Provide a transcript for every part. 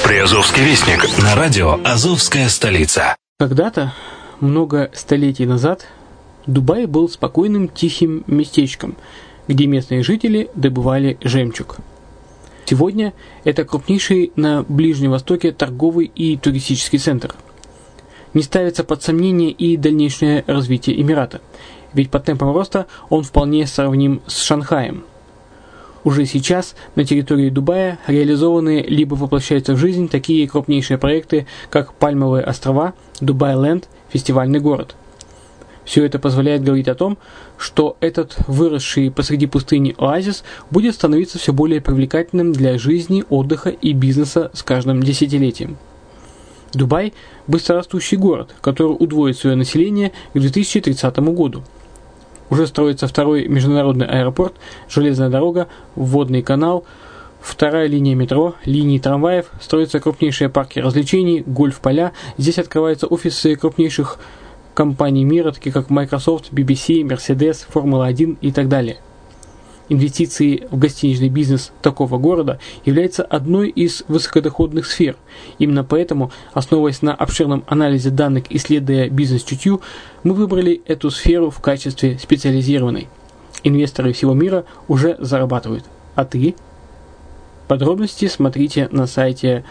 Приазовский вестник на радио «Азовская столица». Когда-то, много столетий назад, Дубай был спокойным тихим местечком, где местные жители добывали жемчуг. Сегодня это крупнейший на Ближнем Востоке торговый и туристический центр. Не ставится под сомнение и дальнейшее развитие Эмирата, ведь по темпам роста он вполне сравним с Шанхаем. Уже сейчас на территории Дубая реализованы либо воплощаются в жизнь такие крупнейшие проекты, как Пальмовые острова, Дубай-Ленд, фестивальный город. Все это позволяет говорить о том, что этот выросший посреди пустыни оазис будет становиться все более привлекательным для жизни, отдыха и бизнеса с каждым десятилетием. Дубай – быстрорастущий город, который удвоит свое население к 2030 году. Уже строится второй международный аэропорт, железная дорога, водный канал, вторая линия метро, линии трамваев, строятся крупнейшие парки развлечений, гольф-поля. Здесь открываются офисы крупнейших компаний мира, таких как Microsoft, BBC, Mercedes, Формула-1 и так далее. Инвестиции в гостиничный бизнес такого города являются одной из высокодоходных сфер. Именно поэтому, основываясь на обширном анализе данных, исследуя бизнес-чутью, мы выбрали эту сферу в качестве специализированной. Инвесторы всего мира уже зарабатывают. А ты? Подробности смотрите на сайте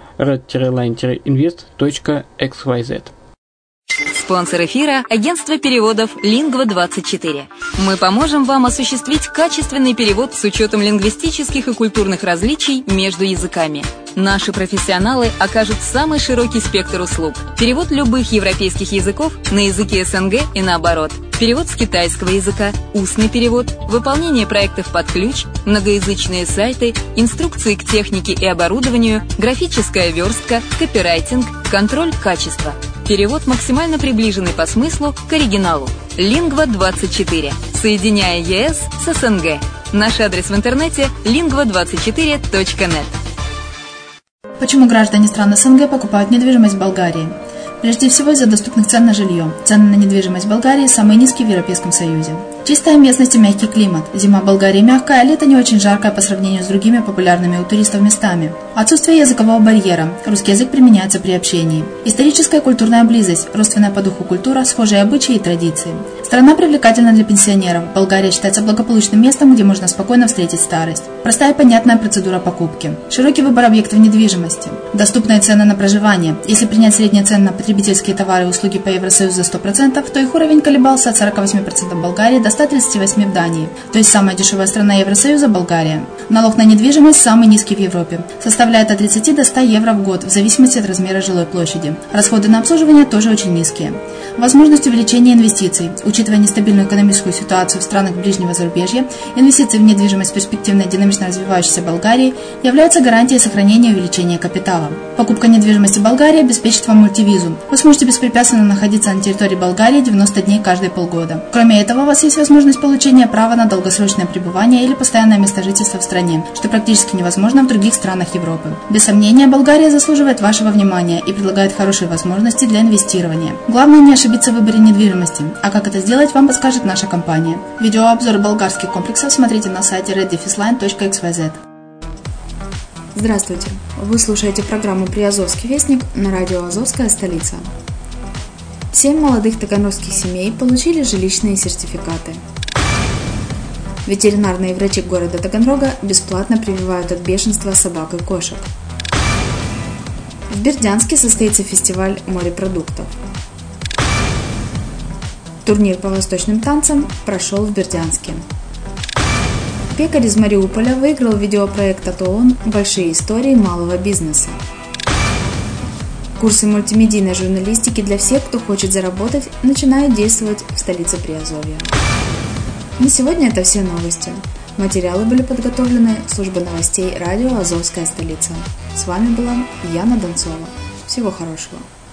red-line-invest.xyz. Спонсор эфира – агентство переводов Lingva24. Мы поможем вам осуществить качественный перевод с учетом лингвистических и культурных различий между языками. Наши профессионалы окажут самый широкий спектр услуг. Перевод любых европейских языков на языки СНГ и наоборот. Перевод с китайского языка, устный перевод, выполнение проектов под ключ, многоязычные сайты, инструкции к технике и оборудованию, графическая верстка, копирайтинг, контроль качества. Перевод максимально приближенный по смыслу к оригиналу. Lingva24. Соединяя ЕС с СНГ. Наш адрес в интернете lingva24.net. Почему граждане стран СНГ покупают недвижимость в Болгарии? Прежде всего из-за доступных цен на жилье. Цены на недвижимость в Болгарии самые низкие в Европейском Союзе. Чистая местность и мягкий климат. Зима в Болгарии мягкая, а лето не очень жаркое по сравнению с другими популярными у туристов местами. Отсутствие языкового барьера. Русский язык применяется при общении. Историческая и культурная близость. Родственная по духу культура, схожие обычаи и традиции. Страна привлекательна для пенсионеров. Болгария считается благополучным местом, где можно спокойно встретить старость. Простая и понятная процедура покупки. Широкий выбор объектов недвижимости. Доступные цены на проживание. Если принять средние цены на потребительские товары и услуги по Евросоюзу за 100%, то их уровень колебался от 48% в Болгарии до 138% в Дании. То есть самая дешевая страна Евросоюза – Болгария. Налог на недвижимость самый низкий в Европе. Составляет от 30 до 100 евро в год, в зависимости от размера жилой площади. Расходы на обслуживание тоже очень низкие. Возможность увеличения инвестиций. Учитывая нестабильную экономическую ситуацию в странах ближнего зарубежья, инвестиции в недвижимость в перспективной динамично развивающейся Болгарии являются гарантией сохранения и увеличения капитала. Покупка недвижимости в Болгарии обеспечит вам мультивизу. Вы сможете беспрепятственно находиться на территории Болгарии 90 дней каждые полгода. Кроме этого, у вас есть возможность получения права на долгосрочное пребывание или постоянное место жительства в стране, что практически невозможно в других странах Европы. Без сомнения, Болгария заслуживает вашего внимания и предлагает хорошие возможности для инвестирования. Главное не ошибиться в выборе недвижимости, а как это сделать, вам подскажет наша компания. Видеообзор болгарских комплексов смотрите на сайте red-line.xyz. Здравствуйте! Вы слушаете программу «Приазовский вестник» на радио «Азовская столица». 7 молодых таганрогских семей получили жилищные сертификаты. Ветеринарные врачи города Таганрога бесплатно прививают от бешенства собак и кошек. В Бердянске состоится фестиваль морепродуктов. Турнир по восточным танцам прошел в Бердянске. Пекарь из Мариуполя выиграл видеопроект от ООН «Большие истории малого бизнеса». Курсы мультимедийной журналистики для всех, кто хочет заработать, начинают действовать в столице Приазовья. На сегодня это все новости. Материалы были подготовлены службой новостей радио «Азовская столица». С вами была Яна Донцова. Всего хорошего.